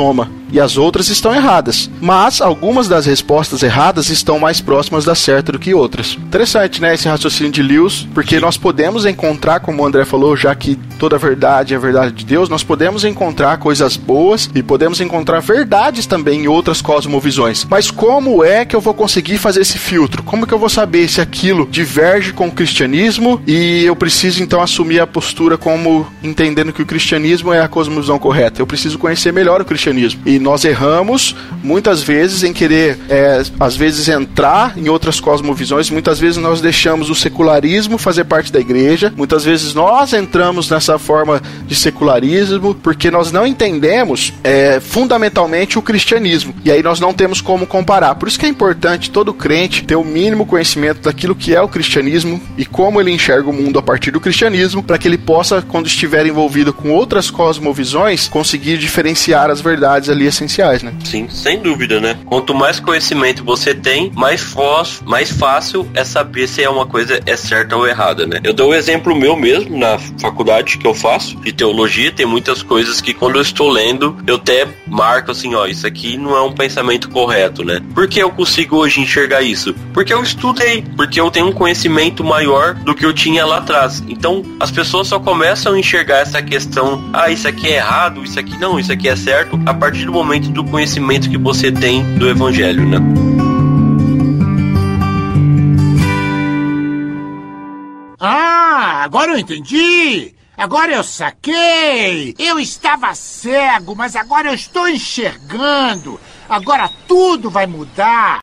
A: e as outras estão erradas. Mas algumas das respostas erradas estão mais próximas da certa do que outras. Interessante, né, esse raciocínio de Lewis, porque nós podemos encontrar, como o André falou, já que toda a verdade é a verdade de Deus, nós podemos encontrar coisas boas e podemos encontrar verdades também em outras cosmovisões. Mas como é que eu vou conseguir fazer esse filtro? Como que eu vou saber se aquilo diverge com o cristianismo e eu preciso então assumir a postura como entendendo que o cristianismo é a cosmovisão correta? Eu preciso conhecer melhor o cristianismo. E nós erramos muitas vezes em querer, é, às vezes, entrar em outras cosmovisões. Muitas vezes nós deixamos o secularismo fazer parte da igreja. Muitas vezes nós entramos nessa forma de secularismo porque nós não entendemos é, fundamentalmente o cristianismo. E aí nós não temos como comparar. Por isso que é importante todo crente ter o mínimo conhecimento daquilo que é o cristianismo e como ele enxerga o mundo a partir do cristianismo, para que ele possa, quando estiver envolvido com outras cosmovisões, conseguir diferenciar as verdades ali essenciais, né?
B: Sim, sem dúvida, né? Quanto mais conhecimento você tem, mais, fós, mais fácil é saber se é uma coisa é certa ou errada, né? Eu dou um exemplo meu mesmo na faculdade que eu faço de teologia. Tem muitas coisas que quando eu estou lendo, eu até marco assim, ó, isso aqui não é um pensamento correto, né? Por que eu consigo hoje enxergar isso? Porque eu estudei, porque eu tenho um conhecimento maior do que eu tinha lá atrás. Então, as pessoas só começam a enxergar essa questão, ah, isso aqui é errado, isso aqui não, isso aqui é certo, a partir do momento do conhecimento que você tem do evangelho, né?
D: Ah, agora eu entendi! Agora eu saquei! Eu estava cego, mas agora eu estou enxergando! Agora tudo vai mudar!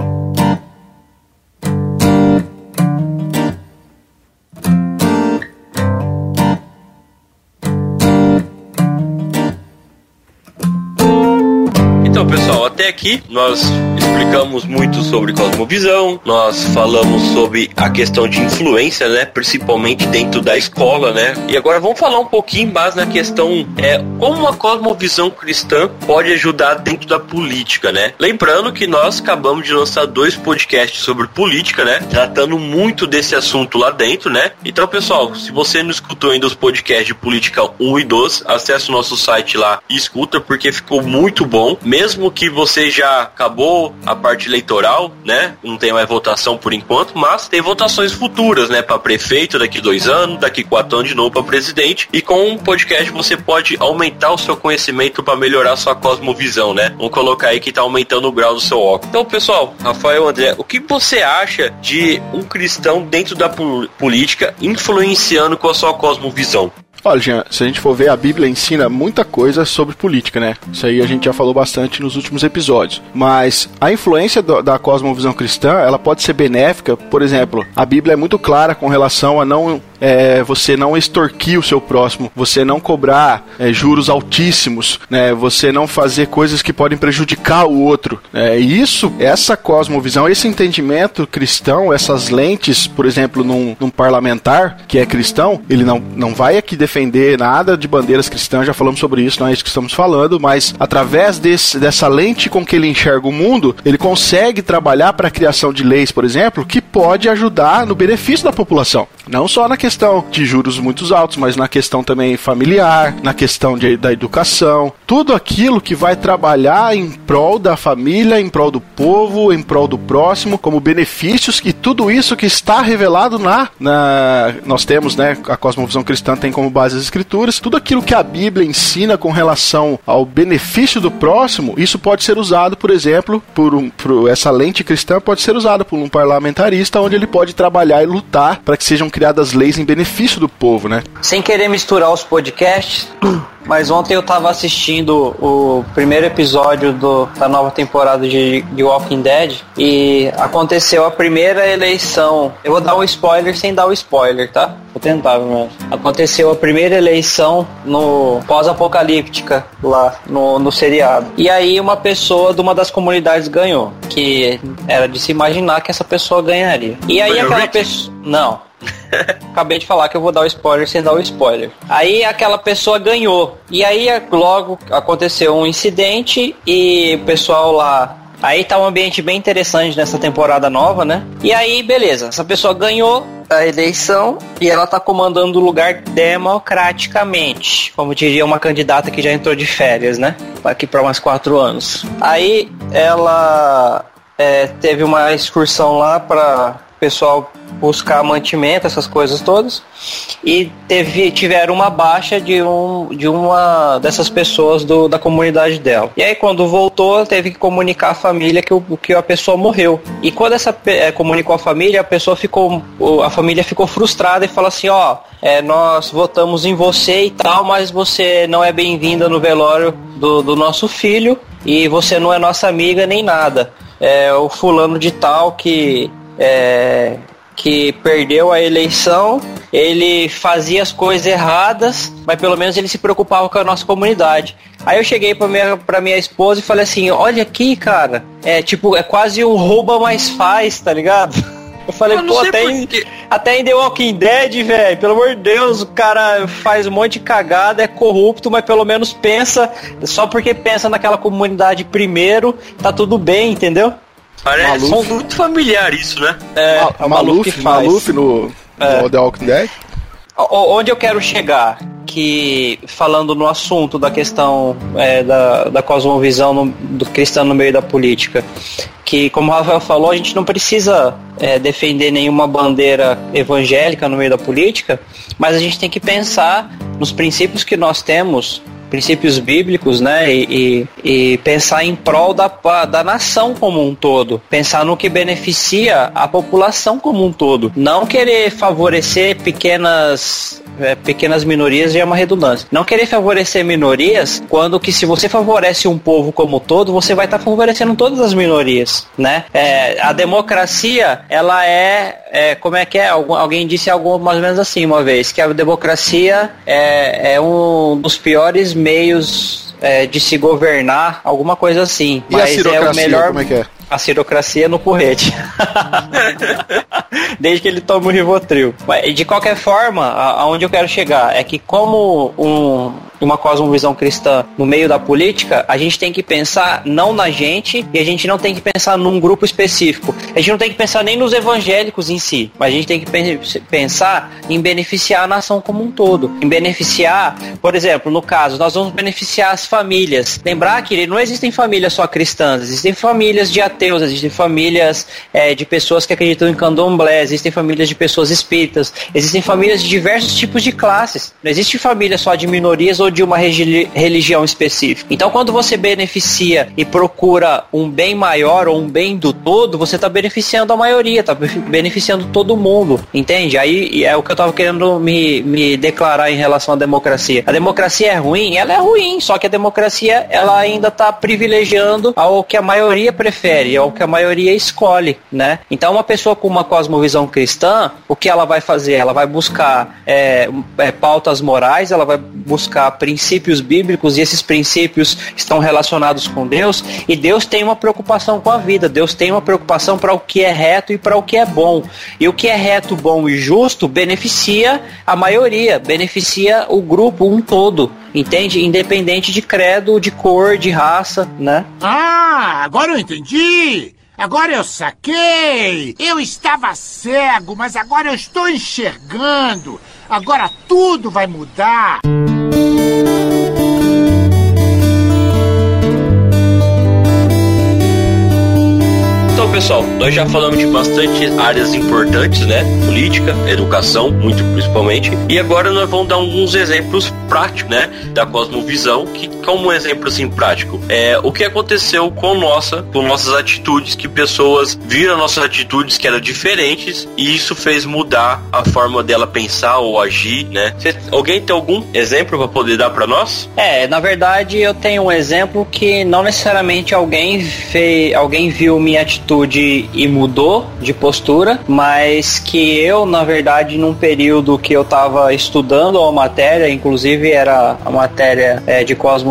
B: Então, pessoal, até aqui nós explicamos muito sobre cosmovisão, nós falamos sobre a questão de influência, né, principalmente dentro da escola, né, e agora vamos falar um pouquinho mais na questão é, como a cosmovisão cristã pode ajudar dentro da política, né. Lembrando que nós acabamos de lançar dois podcasts sobre política, né, tratando muito desse assunto lá dentro, né. Então, pessoal, se você não escutou ainda os podcasts de política um e dois, acesse o nosso site lá e escuta, porque ficou muito bom. Mesmo que você já acabou a parte eleitoral, né? Não tem mais votação por enquanto, mas tem votações futuras, né? Para prefeito daqui dois anos, daqui quatro anos de novo para presidente. E com um podcast você pode aumentar o seu conhecimento para melhorar a sua cosmovisão, né? Vamos colocar aí que tá aumentando o grau do seu óculos. Então, pessoal, Rafael, André, o que você acha de um cristão dentro da política influenciando com a sua cosmovisão?
A: Olha, Jean, se a gente for ver, a Bíblia ensina muita coisa sobre política, né? Isso aí a gente já falou bastante nos últimos episódios. Mas a influência do, da cosmovisão cristã, ela pode ser benéfica. Por exemplo, a Bíblia é muito clara com relação a não... É, você não extorquir o seu próximo, você não cobrar é, juros altíssimos, né, você não fazer coisas que podem prejudicar o outro. É, isso, essa cosmovisão, esse entendimento cristão, essas lentes, por exemplo, num, num parlamentar que é cristão, ele não, não vai aqui defender nada de bandeiras cristãs, já falamos sobre isso, não é isso que estamos falando, mas através desse, dessa lente com que ele enxerga o mundo, ele consegue trabalhar para a criação de leis, por exemplo, que pode ajudar no benefício da população. Não só na questão de juros muito altos, mas na questão também familiar, na questão de, da educação, tudo aquilo que vai trabalhar em prol da família, em prol do povo, em prol do próximo, como benefícios, e tudo isso que está revelado na, na nós temos, né, a cosmovisão cristã tem como base as escrituras, tudo aquilo que a Bíblia ensina com relação ao benefício do próximo, isso pode ser usado, por exemplo, por, um, por essa lente cristã pode ser usada por um parlamentarista, onde ele pode trabalhar e lutar para que sejam criadas leis em benefício do povo, né?
C: Sem querer misturar os podcasts, mas ontem eu tava assistindo o primeiro episódio do, da nova temporada de, de Walking Dead e aconteceu a primeira eleição. Eu vou dar um spoiler sem dar o spoiler, tá? Vou tentar, mas aconteceu a primeira eleição no pós-apocalíptica lá no, no seriado. E aí uma pessoa de uma das comunidades ganhou, que era de se imaginar que essa pessoa ganharia. E aí aquela pessoa... Não. Acabei de falar que eu vou dar o spoiler sem dar o spoiler. Aí aquela pessoa ganhou. E aí logo aconteceu um incidente e o pessoal lá Aí tá um ambiente bem interessante nessa temporada nova, né? E aí, beleza, essa pessoa ganhou a eleição e ela tá comandando o lugar democraticamente, como diria uma candidata que já entrou de férias, né? Aqui para mais quatro anos. Aí ela é, teve uma excursão lá para o pessoal buscar mantimento, essas coisas todas, e teve, tiveram uma baixa de, um, de uma dessas pessoas do, da comunidade dela. E aí quando voltou, teve que comunicar à família que, o, que a pessoa morreu. E quando essa é, comunicou à família, a pessoa ficou, a família ficou frustrada e falou assim, ó, é, nós votamos em você e tal, mas você não é bem-vinda no velório do, do nosso filho, e você não é nossa amiga nem nada. É o fulano de tal que... É, que perdeu a eleição, ele fazia as coisas erradas, mas pelo menos ele se preocupava com a nossa comunidade. Aí eu cheguei pra minha, pra minha esposa e falei assim, olha aqui, cara, é tipo, é quase um rouba mais faz, tá ligado? Eu falei, eu pô, até em, até em The Walking Dead, velho, pelo amor de Deus, o cara faz um monte de cagada, é corrupto, mas pelo menos pensa, só porque pensa naquela comunidade primeiro, tá tudo bem, entendeu?
B: Parece Maluf. Muito familiar isso, né?
A: É, Ma- é o Maluf, Maluf que faz. Maluf no, é. no The Walking Dead.
C: O, onde eu quero chegar, que falando no assunto da questão é, da, da cosmovisão no, do cristão no meio da política, que como o Rafael falou, a gente não precisa é, defender nenhuma bandeira evangélica no meio da política, mas a gente tem que pensar nos princípios que nós temos, princípios bíblicos, né, e, e, e pensar em prol da, da nação como um todo, pensar no que beneficia a população como um todo, não querer favorecer pequenas é, pequenas minorias, já é uma redundância, não querer favorecer minorias, quando que se você favorece um povo como um todo, você vai estar tá favorecendo todas as minorias, né, é, a democracia, ela é, é como é que é, Algum, alguém disse algo mais ou menos assim uma vez, que a democracia é, é um dos piores meios é, de se governar, alguma coisa assim.
A: E mas a cirocracia, é o melhor... como é que é?
C: A cirocracia no porrete. Desde que ele tome o Rivotril. Mas, de qualquer forma, a, aonde eu quero chegar é que como um, uma cosmovisão cristã no meio da política, a gente tem que pensar não na gente e a gente não tem que pensar num grupo específico. A gente não tem que pensar nem nos evangélicos em si, mas a gente tem que pensar em beneficiar a nação como um todo. Em beneficiar, por exemplo, no caso, nós vamos beneficiar as famílias. Lembrar que não existem famílias só cristãs, existem famílias de ateus, existem famílias é, de pessoas que acreditam em candomblé, existem famílias de pessoas espíritas, existem famílias de diversos tipos de classes. Não existe família só de minorias ou de uma regi- religião específica. Então, quando você beneficia e procura um bem maior ou um bem do todo, você está beneficiando a maioria, está beneficiando todo mundo, entende? Aí é o que eu estava querendo me, me declarar em relação à democracia. A democracia é ruim? Ela é ruim, só que a democracia ela ainda está privilegiando ao que a maioria prefere, ao que a maioria escolhe, né? Então, uma pessoa com uma cosmovisão cristã, o que ela vai fazer? Ela vai buscar é, é, pautas morais, ela vai buscar princípios bíblicos, e esses princípios estão relacionados com Deus, e Deus tem uma preocupação com a vida, Deus tem uma preocupação para o que é reto e para o que é bom, e o que é reto, bom e justo beneficia a maioria, beneficia o grupo, um todo, entende? Independente de credo, de cor, de raça, né?
D: Ah, agora eu entendi! Agora eu saquei! Eu estava cego, mas agora eu estou enxergando! Agora tudo vai mudar!
B: Então, pessoal, nós já falamos de bastante áreas importantes, né? Política, educação, muito principalmente. E agora nós vamos dar alguns exemplos práticos, né? Da cosmovisão, que como um exemplo assim prático, é o que aconteceu com nossa, com nossas atitudes, que pessoas viram nossas atitudes que eram diferentes e isso fez mudar a forma dela pensar ou agir, né? Cê, alguém tem algum exemplo para poder dar para nós?
C: É, na verdade eu tenho um exemplo que não necessariamente alguém fez, alguém viu minha atitude e mudou de postura, mas que eu, na verdade, num período que eu estava estudando uma matéria, inclusive era a matéria é, de cosmovisão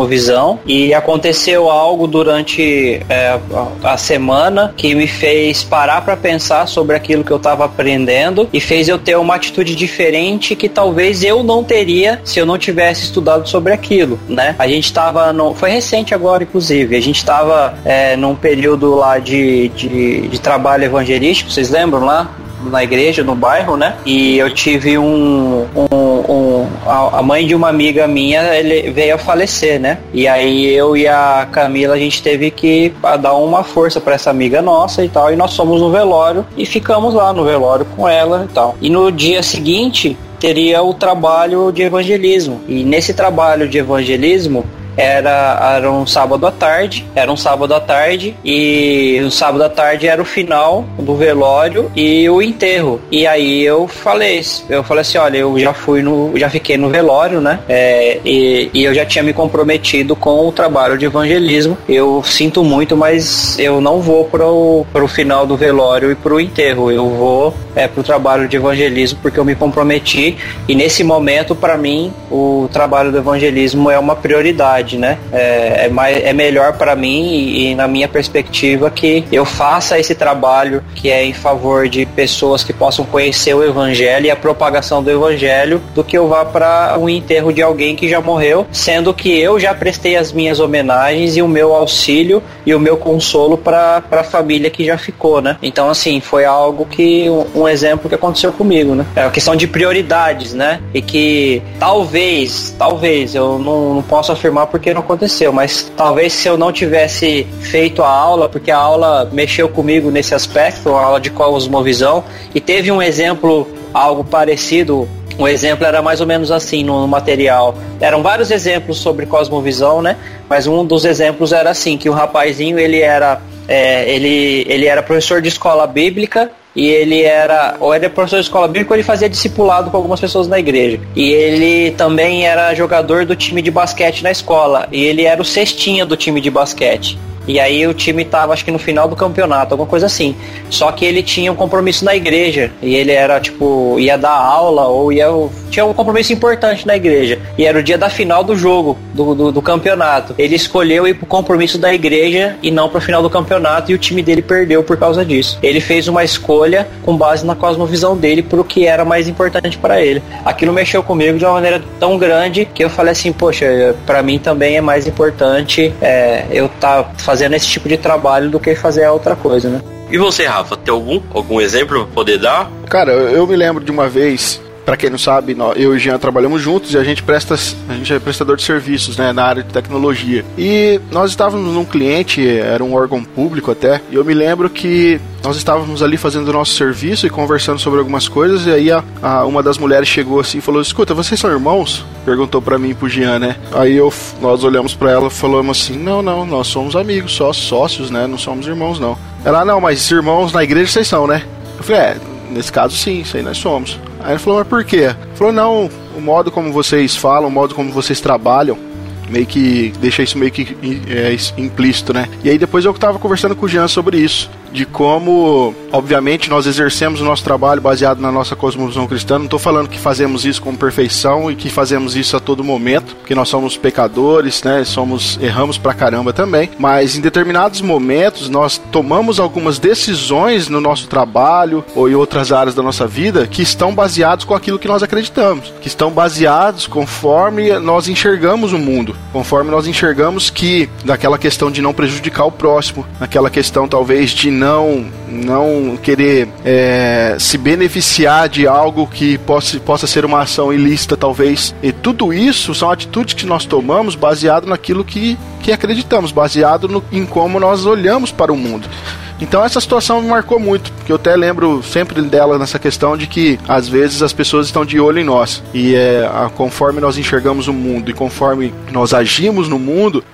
C: Cosmovisão, e aconteceu algo durante é, a, a semana que me fez parar para pensar sobre aquilo que eu estava aprendendo e fez eu ter uma atitude diferente que talvez eu não teria se eu não tivesse estudado sobre aquilo, né? A gente estava no... foi recente agora, inclusive, a gente estava é, num período lá de, de, de trabalho evangelístico, vocês lembram lá? Na igreja, no bairro, né? E eu tive um... um, um a, a mãe de uma amiga minha, ele veio a falecer, né? E aí eu e a Camila, a gente teve que dar uma força pra essa amiga nossa e tal, e nós fomos no velório e ficamos lá no velório com ela e tal. E no dia seguinte teria o trabalho de evangelismo. E nesse trabalho de evangelismo Era, era um sábado à tarde, era um sábado à tarde e o sábado à tarde era o final do velório e o enterro. E aí eu falei, eu falei assim, olha, eu já fui no, já fiquei no velório, né? É, e, e eu já tinha me comprometido com o trabalho de evangelismo. Eu sinto muito, mas eu não vou pro, pro final do velório e pro enterro. Eu vou é, pro trabalho de evangelismo porque eu me comprometi. E nesse momento, para mim, o trabalho do evangelismo é uma prioridade. Né? É, é, mais, é melhor para mim e, e na minha perspectiva que eu faça esse trabalho que é em favor de pessoas que possam conhecer o evangelho e a propagação do evangelho do que eu vá para um enterro de alguém que já morreu, sendo que eu já prestei as minhas homenagens e o meu auxílio e o meu consolo para a família que já ficou, né? Então assim, foi algo que um, um exemplo que aconteceu comigo, né? É uma questão de prioridades, né? E que talvez, talvez eu não, não posso afirmar porque não aconteceu, mas talvez se eu não tivesse feito a aula, porque a aula mexeu comigo nesse aspecto, a aula de cosmovisão, e teve um exemplo, algo parecido. O exemplo era mais ou menos assim no material. Eram vários exemplos sobre cosmovisão, né? Mas um dos exemplos era assim, que o rapazinho, ele era, é, ele, ele era professor de escola bíblica, e ele era, ou era professor de escola bíblica, ou ele fazia discipulado com algumas pessoas na igreja. E ele também era jogador do time de basquete na escola. E ele era o cestinha do time de basquete. E aí o time tava, acho que no final do campeonato, alguma coisa assim. Só que ele tinha um compromisso na igreja. E ele era, tipo, ia dar aula ou ia... Tinha um compromisso importante na igreja. E era o dia da final do jogo, do, do, do campeonato. Ele escolheu ir pro compromisso da igreja e não pro final do campeonato. E o time dele perdeu por causa disso. Ele fez uma escolha com base na cosmovisão dele pro que era mais importante para ele. Aquilo mexeu comigo de uma maneira tão grande que eu falei assim, poxa, pra mim também é mais importante é, eu tá fazendo esse tipo de trabalho do que fazer a outra coisa, né?
B: E você, Rafa, tem algum, algum exemplo pra poder dar?
A: Cara, eu me lembro de uma vez, pra quem não sabe, eu e o Jean trabalhamos juntos e a gente presta, a gente é prestador de serviços, né, na área de tecnologia. E nós estávamos num cliente, era um órgão público até, e eu me lembro que nós estávamos ali fazendo o nosso serviço e conversando sobre algumas coisas, e aí a, a, uma das mulheres chegou assim e falou, escuta, vocês são irmãos? Perguntou pra mim e pro Jean, né? Aí eu, nós olhamos pra ela e falamos assim, não, não, nós somos amigos, só sócios, né? Não somos irmãos, não. Ela, não, mas irmãos na igreja vocês são, né? Eu falei, é, nesse caso sim, isso aí nós somos. Aí ela falou, mas por quê? Ela falou, não, o modo como vocês falam, o modo como vocês trabalham, meio que deixa isso meio que é, implícito, né? E aí depois eu tava conversando com o Jean sobre isso, de como, obviamente, nós exercemos o nosso trabalho baseado na nossa cosmovisão cristã. Não tô falando que fazemos isso com perfeição e que fazemos isso a todo momento, porque nós somos pecadores, né? Somos, erramos pra caramba também, mas em determinados momentos nós tomamos algumas decisões no nosso trabalho ou em outras áreas da nossa vida que estão baseados com aquilo que nós acreditamos, que estão baseados conforme nós enxergamos o mundo, conforme nós enxergamos que, daquela questão de não prejudicar o próximo, naquela questão talvez de não, não querer é, se beneficiar de algo que possa, possa ser uma ação ilícita talvez. E tudo isso são atitudes que nós tomamos baseado naquilo que, que acreditamos, baseado no, em como nós olhamos para o mundo. Então essa situação me marcou muito, porque eu até lembro sempre dela nessa questão de que às vezes as pessoas estão de olho em nós, e é, a, conforme nós enxergamos o mundo e conforme nós agimos no mundo, né,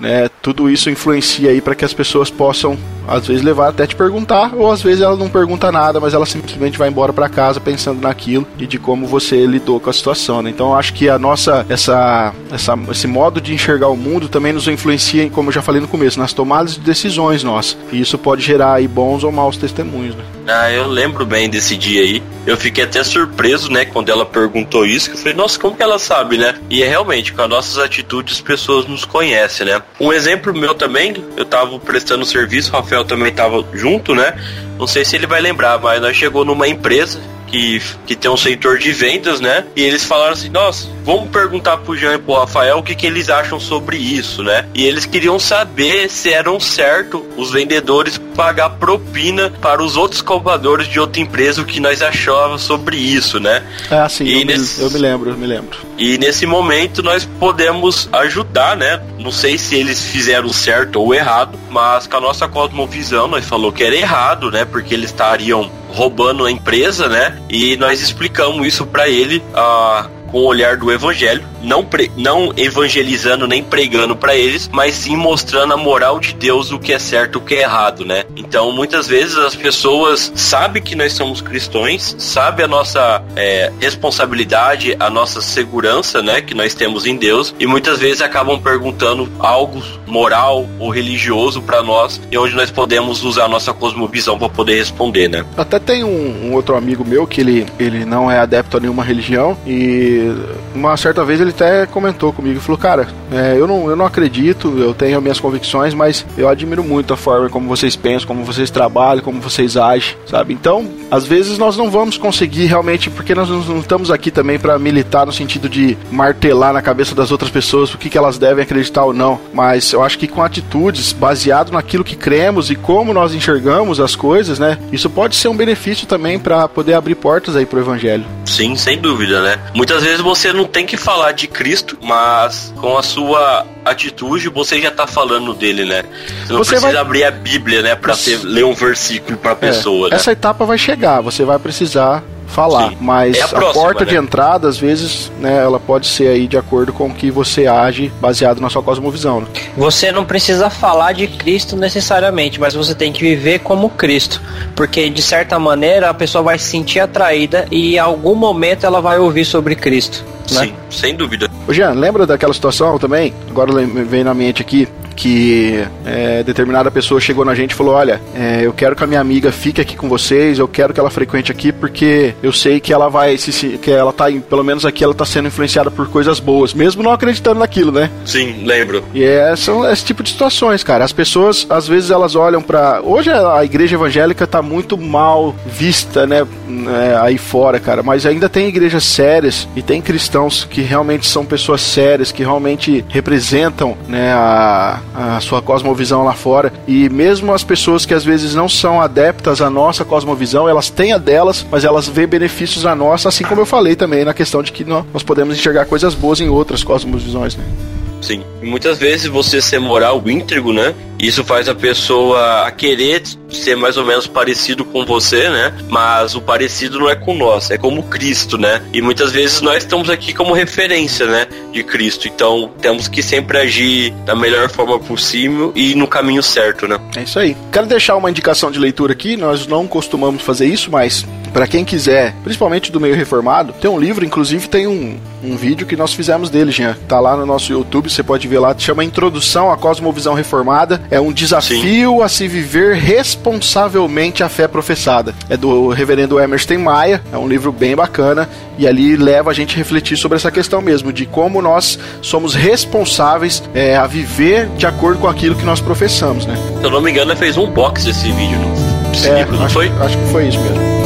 A: tudo isso influencia aí para que as pessoas possam, às vezes, levar até te perguntar, ou às vezes ela não pergunta nada, mas ela simplesmente vai embora para casa pensando naquilo e de como você lidou com a situação, né? Então eu acho que a nossa, essa, essa, esse modo de enxergar o mundo também nos influencia, como eu já falei no começo, nas tomadas de decisões nossas. E isso pode gerar aí bons ou maus testemunhos, né?
B: Ah, eu lembro bem desse dia aí. Eu fiquei até surpreso, né, quando ela perguntou isso, que eu falei, nossa, como que ela sabe, né? E é realmente, com as nossas atitudes, as pessoas nos conhecem, né? Um exemplo meu também, eu tava prestando serviço, o Rafael também tava junto, né? Não sei se ele vai lembrar, mas nós chegou numa empresa que, que tem um setor de vendas, né? E eles falaram assim, nossa, vamos perguntar pro Jean e pro Rafael o que, que eles acham sobre isso, né? E eles queriam saber se eram certo os vendedores pagar propina para os outros compradores de outra empresa, o que nós achávamos sobre isso, né?
A: Ah, sim,
B: e
A: eu,
B: nesse...
A: me, eu me lembro, eu me lembro.
B: E nesse momento nós podemos ajudar, né? Não sei se eles fizeram certo ou errado, mas com a nossa cosmovisão nós falou que era errado, né? Porque eles estariam roubando a empresa, né? E nós explicamos isso para ele, ah, com o olhar do evangelho, não, pre- não evangelizando nem pregando para eles, mas sim mostrando a moral de Deus, o que é certo, o que é errado, né? Então, muitas vezes as pessoas sabem que nós somos cristãos, sabem a nossa é, responsabilidade, a nossa segurança, né, que nós temos em Deus, e muitas vezes acabam perguntando algo moral ou religioso para nós, e onde nós podemos usar a nossa cosmovisão para poder responder, né?
A: Até tem um, um outro amigo meu que ele, ele não é adepto a nenhuma religião, e uma certa vez ele até comentou comigo e falou, cara, é, eu, não, eu não acredito, eu tenho as minhas convicções, mas eu admiro muito a forma como vocês pensam, como vocês trabalham, como vocês agem, sabe? Então, às vezes nós não vamos conseguir realmente, porque nós não estamos aqui também para militar no sentido de martelar na cabeça das outras pessoas o que, que elas devem acreditar ou não, mas eu acho que com atitudes, baseado naquilo que cremos e como nós enxergamos as coisas, né, isso pode ser um benefício também para poder abrir portas aí pro evangelho.
B: Sim, sem dúvida, né? Muitas vezes você não tem que falar de Cristo, mas com a sua atitude você já tá falando dele, né? Você não você precisa vai... abrir a Bíblia, né, pra você... ter, ler um versículo pra pessoa, é, né?
A: Essa etapa vai chegar, você vai precisar falar, sim, mas é a, próxima, a porta, né, de entrada, às vezes, né, ela pode ser aí de acordo com o que você age, baseado na sua cosmovisão, né?
C: Você não precisa falar de Cristo necessariamente, mas você tem que viver como Cristo, porque de certa maneira a pessoa vai se sentir atraída e em algum momento ela vai ouvir sobre Cristo, né?
B: Sim, sem dúvida.
A: Ô Jean, lembra daquela situação também? Agora vem na mente aqui, que é, determinada pessoa chegou na gente e falou, olha, é, eu quero que a minha amiga fique aqui com vocês, eu quero que ela frequente aqui porque eu sei que ela vai, se, que ela tá, pelo menos aqui ela tá sendo influenciada por coisas boas, mesmo não acreditando naquilo, né?
B: Sim, lembro.
A: E é, são esse tipo de situações, cara. As pessoas, às vezes, elas olham pra... Hoje a igreja evangélica tá muito mal vista, né, é, aí fora, cara, mas ainda tem igrejas sérias e tem cristãos que realmente são pessoas sérias, que realmente representam, né, a a sua cosmovisão lá fora, e mesmo as pessoas que às vezes não são adeptas à nossa cosmovisão, elas têm a delas, mas elas veem benefícios à nossa, assim como eu falei também na questão de que nós podemos enxergar coisas boas em outras cosmovisões, né?
B: Sim. E muitas vezes você ser moral íntegro, né? Isso faz a pessoa a querer ser mais ou menos parecido com você, né? Mas o parecido não é com nós, é como Cristo, né? E muitas vezes nós estamos aqui como referência, né, de Cristo. Então temos que sempre agir da melhor forma possível e no caminho certo, né?
A: É isso aí. Quero deixar uma indicação de leitura aqui. Nós não costumamos fazer isso, mas para quem quiser, principalmente do meio reformado, tem um livro, inclusive tem um, um vídeo que nós fizemos dele, Jean. Tá lá no nosso YouTube, você pode ver lá, chama Introdução à Cosmovisão Reformada. É um desafio, sim, a se viver responsavelmente a fé professada. É do reverendo Emerson Maia, é um livro bem bacana, e ali leva a gente a refletir sobre essa questão mesmo, de como nós somos responsáveis é, a viver de acordo com aquilo que nós professamos, né?
B: Se eu não me engano, ele fez um box desse vídeo, não? Esse
A: é,
B: livro, não
A: acho,
B: foi?
A: Acho que foi isso mesmo.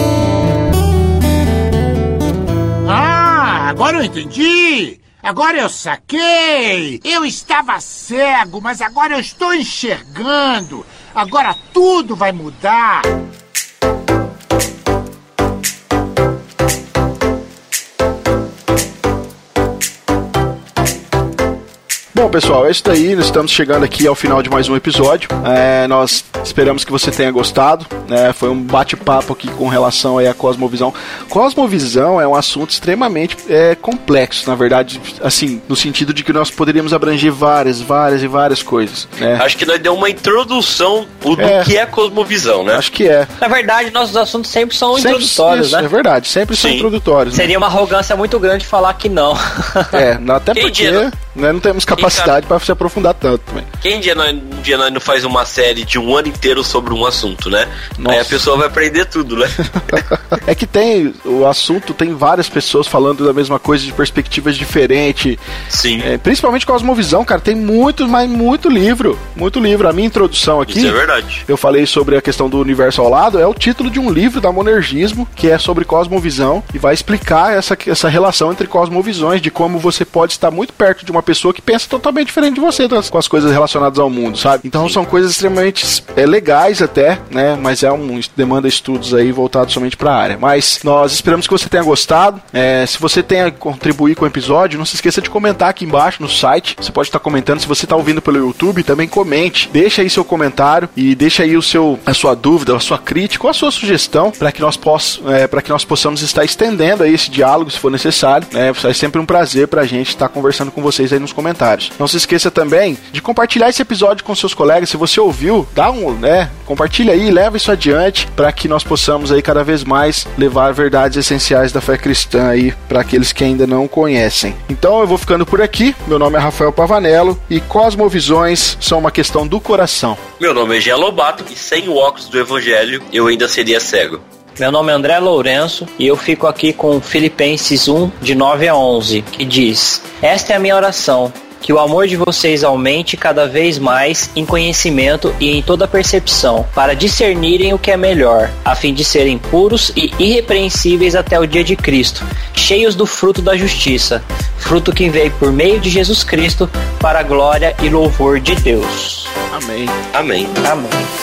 D: Ah, agora eu entendi! Agora eu saquei! Eu estava cego, mas agora eu estou enxergando! Agora tudo vai mudar!
A: Bom, pessoal, é isso daí. Nós estamos chegando aqui ao final de mais um episódio. É, nós esperamos que você tenha gostado. Né? Foi um bate-papo aqui com relação aí à cosmovisão. Cosmovisão é um assunto extremamente é, complexo, na verdade, assim, no sentido de que nós poderíamos abranger várias, várias e várias coisas. Né?
B: Acho que nós deu uma introdução do
A: É.
B: que é cosmovisão, né?
A: Acho que é.
C: Na verdade, nossos assuntos sempre são
A: Sempre,
C: introdutórios,
A: isso,
C: né?
A: É verdade, sempre são
B: Sim.
A: introdutórios. Né?
C: Seria uma arrogância muito grande falar que não.
A: É, até
B: Quem
A: porque
B: dia-
A: né, não temos capacidade para se aprofundar tanto também.
B: Quem dia nós, um dia nós não faz uma série de um ano inteiro sobre um assunto, né?
A: Nossa.
B: Aí a pessoa vai aprender tudo, né?
A: É que tem, o assunto tem várias pessoas falando da mesma coisa de perspectivas diferentes.
B: Sim.
A: É, principalmente Cosmovisão, cara, tem muito, mas muito livro. Muito livro. A minha introdução aqui,
B: Isso é verdade.
A: eu falei sobre a questão do universo ao lado, é o título de um livro da Monergismo, que é sobre cosmovisão, e vai explicar essa, essa relação entre cosmovisões, de como você pode estar muito perto de uma pessoa que pensa totalmente diferente de você das, com as coisas relacionadas ao mundo, sabe? Então são coisas extremamente é, legais até, né? Mas é um demanda estudos aí voltados somente para a área. Mas nós esperamos que você tenha gostado. É, se você tenha contribuir com o episódio, não se esqueça de comentar aqui embaixo no site. Você pode estar comentando. Se você está ouvindo pelo YouTube, também comente. Deixa aí seu comentário e deixa aí o seu, a sua dúvida, a sua crítica ou a sua sugestão para que nós poss, é, para que nós possamos estar estendendo aí esse diálogo, se for necessário. Né? É sempre um prazer para a gente estar conversando com vocês aí nos comentários. Não se esqueça também de compartilhar esse episódio com seus colegas. Se você ouviu, dá um, né? Compartilha aí, leva isso adiante para que nós possamos aí cada vez mais levar verdades essenciais da fé cristã aí para aqueles que ainda não conhecem. Então eu vou ficando por aqui. Meu nome é Rafael Pavanello e cosmovisões são uma questão do coração.
B: Meu nome é Jean Lobato e sem o óculos do evangelho eu ainda seria cego.
C: Meu nome é André Lourenço e eu fico aqui com Filipenses um, de nove a onze, que diz: esta é a minha oração, que o amor de vocês aumente cada vez mais em conhecimento e em toda percepção, para discernirem o que é melhor, a fim de serem puros e irrepreensíveis até o dia de Cristo, cheios do fruto da justiça, fruto que veio por meio de Jesus Cristo para a glória e louvor de Deus.
A: Amém.
B: Amém.
C: Amém.